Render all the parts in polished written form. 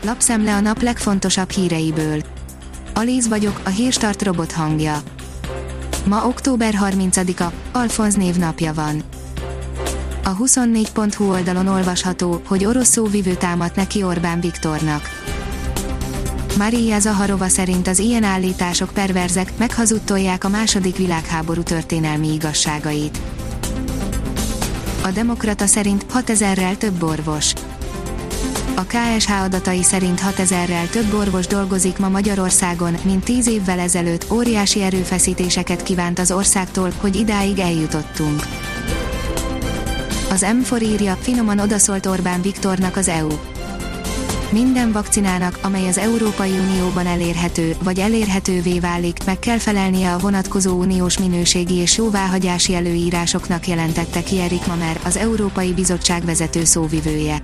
Lapszemle a nap legfontosabb híreiből. Alíz vagyok, a Hírstart robot hangja. Ma október 30-a, Alfonz névnapja van. A 24.hu oldalon olvasható, hogy orosz szóvivő támadt neki Orbán Viktornak. Maria Zaharova szerint az ilyen állítások perverzek, meghazudtolják a II. Világháború történelmi igazságait. A Demokrata szerint 6000-rel több orvos. A KSH adatai szerint 6000-rel több orvos dolgozik ma Magyarországon, mint 10 évvel ezelőtt. Óriási erőfeszítéseket kívánt az országtól, hogy idáig eljutottunk. Az M4 írja, finoman odaszólt Orbán Viktornak az EU. Minden vakcinának, amely az Európai Unióban elérhető, vagy elérhetővé válik, meg kell felelnie a vonatkozó uniós minőségi és jóváhagyási előírásoknak, jelentette ki Erik Mamer, az Európai Bizottság vezető szóvivője.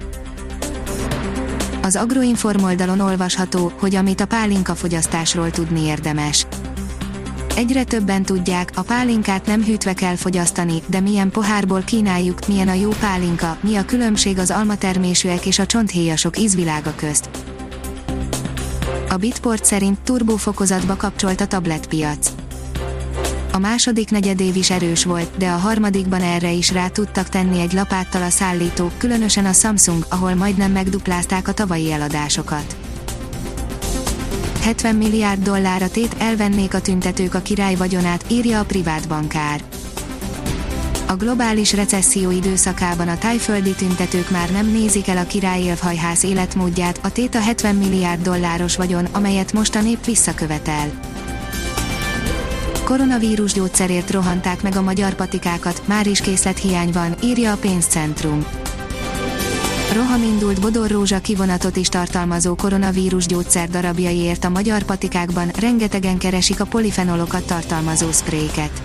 Az Agroinform oldalon olvasható, hogy amit a pálinka fogyasztásról tudni érdemes. Egyre többen tudják, a pálinkát nem hűtve kell fogyasztani, de milyen pohárból kínáljuk, milyen a jó pálinka, mi a különbség az almatermésűek és a csonthéjasok ízvilága közt. A Bitport szerint turbófokozatba kapcsolt a tabletpiac. A második negyedév is erős volt, de a harmadikban erre is rá tudtak tenni egy lapáttal a szállítók, különösen a Samsung, ahol majdnem megduplázták a tavalyi eladásokat. 70 milliárd dollárra tét, elvennék a tüntetők a király vagyonát, írja a privát bankár. A globális recesszió időszakában a thaiföldi tüntetők már nem nézik el a király élfhajhász életmódját, a tét a 70 milliárd dolláros vagyon, amelyet most a nép visszakövetel. Koronavírus gyógyszerért rohanták meg a magyar patikákat, már is készlethiány van, írja a Pénzcentrum. Roham indult Bodor Rózsa kivonatot is tartalmazó koronavírus gyógyszer darabjaiért a magyar patikákban, rengetegen keresik a polifenolokat tartalmazó szpréket.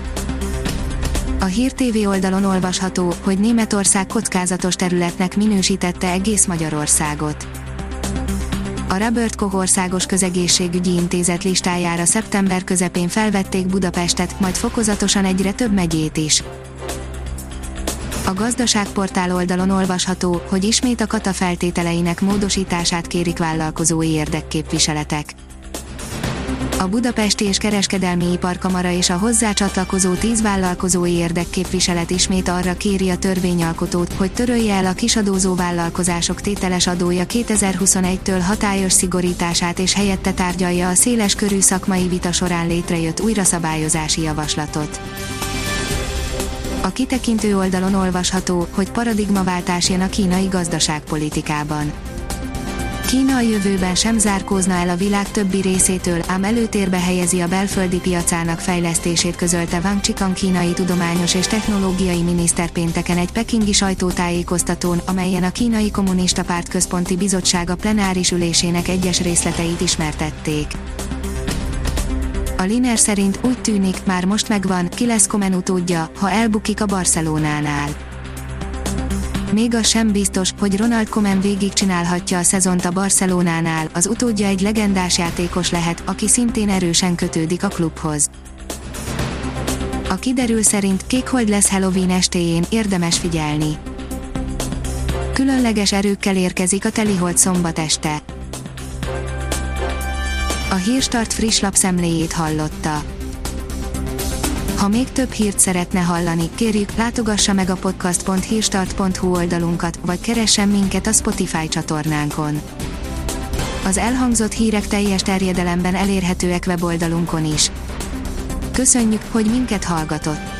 A Hír TV oldalon olvasható, hogy Németország kockázatos területnek minősítette egész Magyarországot. A Robert Koch Országos Közegészségügyi Intézet listájára szeptember közepén felvették Budapestet, majd fokozatosan egyre több megyét is. A Gazdaságportál oldalon olvasható, hogy ismét a kata feltételeinek módosítását kérik vállalkozói érdekképviseletek. A Budapesti és Kereskedelmi Iparkamara és a hozzá csatlakozó 10 vállalkozói érdekképviselet ismét arra kéri a törvényalkotót, hogy törölje el a kisadózó vállalkozások tételes adója 2021-től hatályos szigorítását és helyette tárgyalja a széles körű szakmai vita során létrejött újraszabályozási javaslatot. A kitekintő oldalon olvasható, hogy paradigmaváltás jön a kínai gazdaságpolitikában. Kína a jövőben sem zárkózna el a világ többi részétől, ám előtérbe helyezi a belföldi piacának fejlesztését, közölte Wang Qikang kínai tudományos és technológiai miniszter pénteken egy pekingi sajtótájékoztatón, amelyen a Kínai Kommunista Párt Központi Bizottsága plenáris ülésének egyes részleteit ismertették. A Liner szerint úgy tűnik, már most megvan, ki lesz Koeman utódja, ha elbukik a Barcelonánál. Még az sem biztos, hogy Ronald Koeman végigcsinálhatja a szezont a Barcelonánál, az utódja egy legendás játékos lehet, aki szintén erősen kötődik a klubhoz. A Kiderül szerint kékhold lesz Halloween estéjén, érdemes figyelni. Különleges erőkkel érkezik a telihold szombat este. A Hírstart friss lapszemléjét hallotta. Ha még több hírt szeretne hallani, kérjük, látogassa meg a podcast.hírstart.hu oldalunkat, vagy keressen minket a Spotify csatornánkon. Az elhangzott hírek teljes terjedelemben elérhetőek weboldalunkon is. Köszönjük, hogy minket hallgatott!